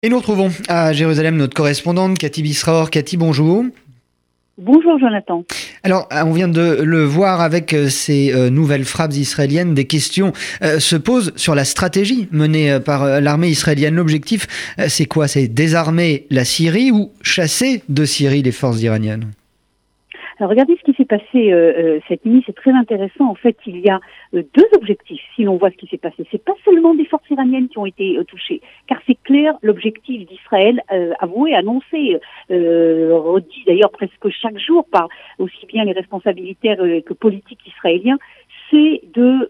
Et nous retrouvons à Jérusalem notre correspondante Cathy Bisraor. Cathy, bonjour. Bonjour Jonathan. Alors, on vient de le voir avec ces nouvelles frappes israéliennes, des questions se posent sur la stratégie menée par l'armée israélienne. L'objectif, c'est quoi? C'est désarmer la Syrie ou chasser de Syrie les forces iraniennes? Alors regardez ce qui s'est passé cette nuit, c'est très intéressant. En fait, il y a deux objectifs, si l'on voit ce qui s'est passé. C'est pas seulement des forces iraniennes qui ont été touchées, car c'est clair, l'objectif d'Israël, avoué, annoncé, redit d'ailleurs presque chaque jour par aussi bien les responsables militaires que politiques israéliens, c'est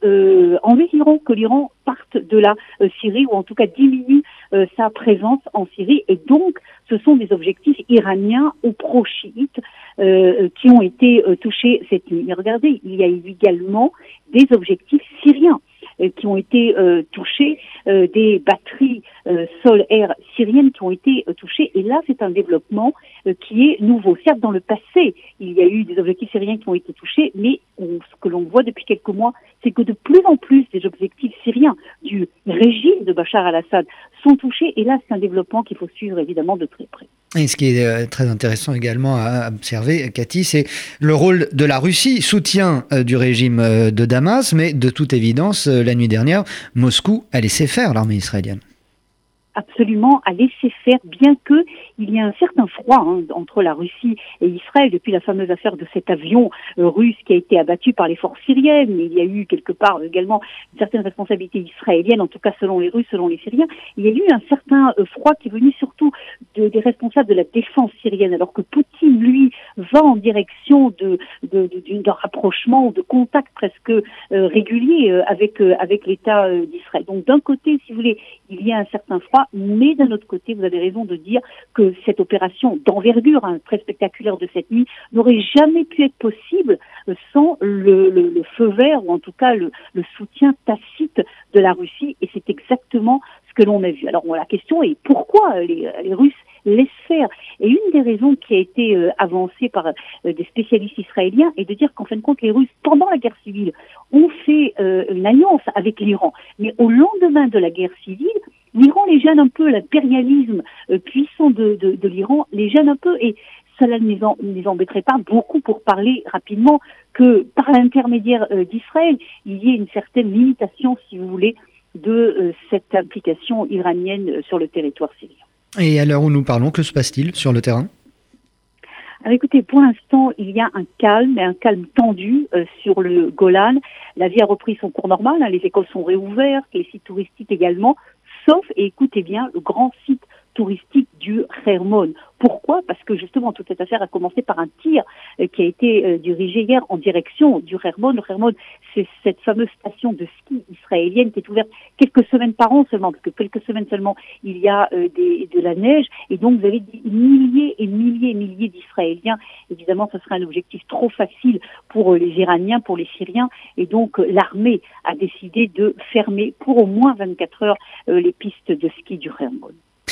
de enlever l'Iran, que l'Iran parte de la Syrie, ou en tout cas diminue sa présence en Syrie. Et donc, ce sont des objectifs iraniens ou pro-chiites qui ont été touchés cette nuit. Mais regardez, il y a eu également des objectifs syriens qui ont été touchés, des batteries sol-air syriennes qui ont été touchées. Et là, c'est un développement qui est nouveau. Certes, dans le passé, il y a eu des objectifs syriens qui ont été touchés, mais ce que l'on voit depuis quelques mois, c'est que de plus en plus des objectifs syriens du régime de Bachar al-Assad sont touchés. Et là, c'est un développement qu'il faut suivre évidemment de très près. Et ce qui est très intéressant également à observer, Cathy, c'est le rôle de la Russie, soutien du régime de Damas, mais de toute évidence, la nuit dernière, Moscou a laissé faire l'armée israélienne. Absolument à laisser faire, bien que il y a un certain froid entre la Russie et Israël depuis la fameuse affaire de cet avion russe qui a été abattu par les forces syriennes. Mais il y a eu quelque part également une certaine responsabilité israélienne, en tout cas selon les Russes, selon les Syriens. Il y a eu un certain froid qui est venu surtout des responsables de la défense syrienne, alors que Poutine, lui, va en direction d'un rapprochement ou de contact presque régulier avec l'État d'Israël. Donc d'un côté, si vous voulez, il y a un certain froid, mais d'un autre côté, vous avez raison de dire que cette opération d'envergure très spectaculaire de cette nuit n'aurait jamais pu être possible sans le feu vert, ou en tout cas le soutien tacite de la Russie, et c'est exactement ce que l'on a vu. Alors la question est pourquoi les Russes laissent faire? Et une des raisons qui a été avancée par des spécialistes israéliens est de dire qu'en fin de compte, les Russes, pendant la guerre civile, ont fait une alliance avec l'Iran. Mais au lendemain de la guerre civile, l'Iran les gêne un peu, l'impérialisme puissant de l'Iran les gêne un peu, et cela ne les embêterait pas beaucoup pour parler rapidement que par l'intermédiaire d'Israël, il y ait une certaine limitation, si vous voulez, de cette implication iranienne sur le territoire syrien. Et à l'heure où nous parlons, que se passe-t-il sur le terrain? Alors écoutez, pour l'instant, il y a un calme, et un calme tendu sur le Golan. La vie a repris son cours normal, les écoles sont réouvertes, les sites touristiques également, sauf, et écoutez bien, le grand site touristique du Hermon. Pourquoi? Parce que justement, toute cette affaire a commencé par un tir qui a été dirigé hier en direction du Hermon. Le Hermon, c'est cette fameuse station de ski israélienne qui est ouverte quelques semaines par an seulement, parce que quelques semaines seulement, il y a de la neige, et donc vous avez des milliers et milliers et milliers d'Israéliens. Évidemment, ce serait un objectif trop facile pour les Iraniens, pour les Syriens, et donc l'armée a décidé de fermer pour au moins 24 heures les pistes de ski du Hermon.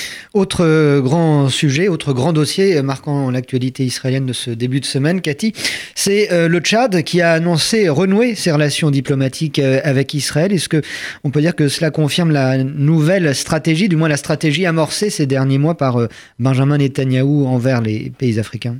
Autre grand sujet, autre grand dossier marquant l'actualité israélienne de ce début de semaine, Cathy, c'est le Tchad qui a annoncé renouer ses relations diplomatiques avec Israël. Est-ce que on peut dire que cela confirme la nouvelle stratégie, du moins la stratégie amorcée ces derniers mois par Benjamin Netanyahou envers les pays africains?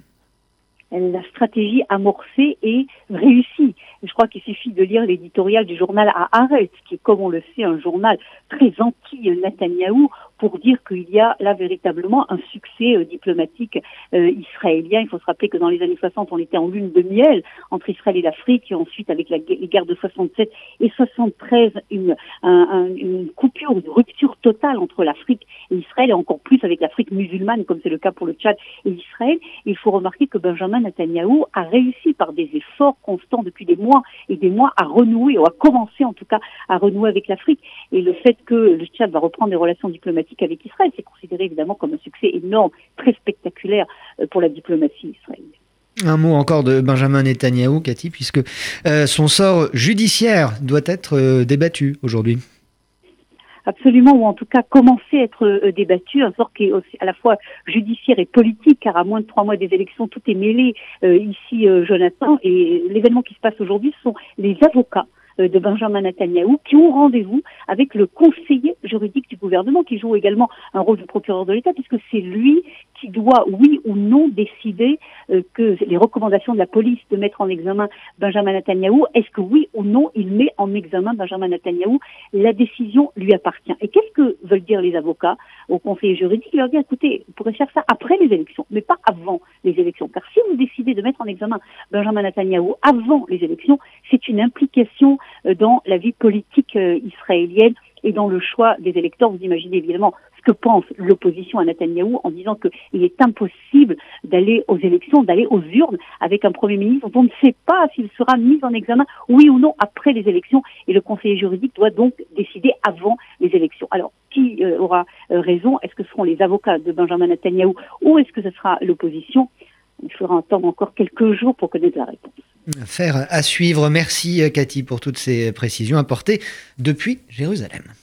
La stratégie amorcée et réussie. Je crois qu'il suffit de lire l'éditorial du journal Haaretz, qui est, comme on le sait, un journal très anti-Netanyahou, pour dire qu'il y a là véritablement un succès diplomatique israélien. Il faut se rappeler que dans les années 60, on était en lune de miel entre Israël et l'Afrique, et ensuite avec les guerres de 67 et 73, une coupure, une rupture totale entre l'Afrique et Israël, et encore plus avec l'Afrique musulmane, comme c'est le cas pour le Tchad et Israël. Et il faut remarquer que Benjamin Netanyahou a réussi par des efforts constants depuis des mois et des mois à renouer, ou à commencer en tout cas à renouer avec l'Afrique. Et le fait que le Tchad va reprendre des relations diplomatiques avec Israël, c'est considéré évidemment comme un succès énorme, très spectaculaire pour la diplomatie israélienne. Un mot encore de Benjamin Netanyahou, Cathy, puisque son sort judiciaire doit être débattu aujourd'hui. Absolument, ou en tout cas commencer à être débattu, un sort qui est aussi à la fois judiciaire et politique, car à moins de 3 mois des élections, tout est mêlé ici, Jonathan, et l'événement qui se passe aujourd'hui, ce sont les avocats de Benjamin Netanyahou qui ont rendez-vous avec le conseiller juridique du gouvernement qui joue également un rôle de procureur de l'État puisque c'est lui qui doit, oui ou non, décider que les recommandations de la police de mettre en examen Benjamin Netanyahou, est-ce que oui ou non il met en examen Benjamin Netanyahou? La décision lui appartient. Et qu'est-ce que veulent dire les avocats au conseiller juridique? Ils leur disent, écoutez, vous pourrez faire ça après les élections, mais pas avant les élections. Car si vous décidez de mettre en examen Benjamin Netanyahou avant les élections, c'est une implication dans la vie politique israélienne et dans le choix des électeurs. Vous imaginez évidemment ce que pense l'opposition à Netanyahou en disant qu'il est impossible d'aller aux élections, d'aller aux urnes avec un Premier ministre dont on ne sait pas s'il sera mis en examen, oui ou non, après les élections. Et le conseiller juridique doit donc décider avant les élections. Alors, qui aura raison? Est-ce que ce seront les avocats de Benjamin Netanyahou ou est-ce que ce sera l'opposition? Il faudra attendre encore quelques jours pour connaître la réponse. Affaire à suivre. Merci Cathy pour toutes ces précisions apportées depuis Jérusalem.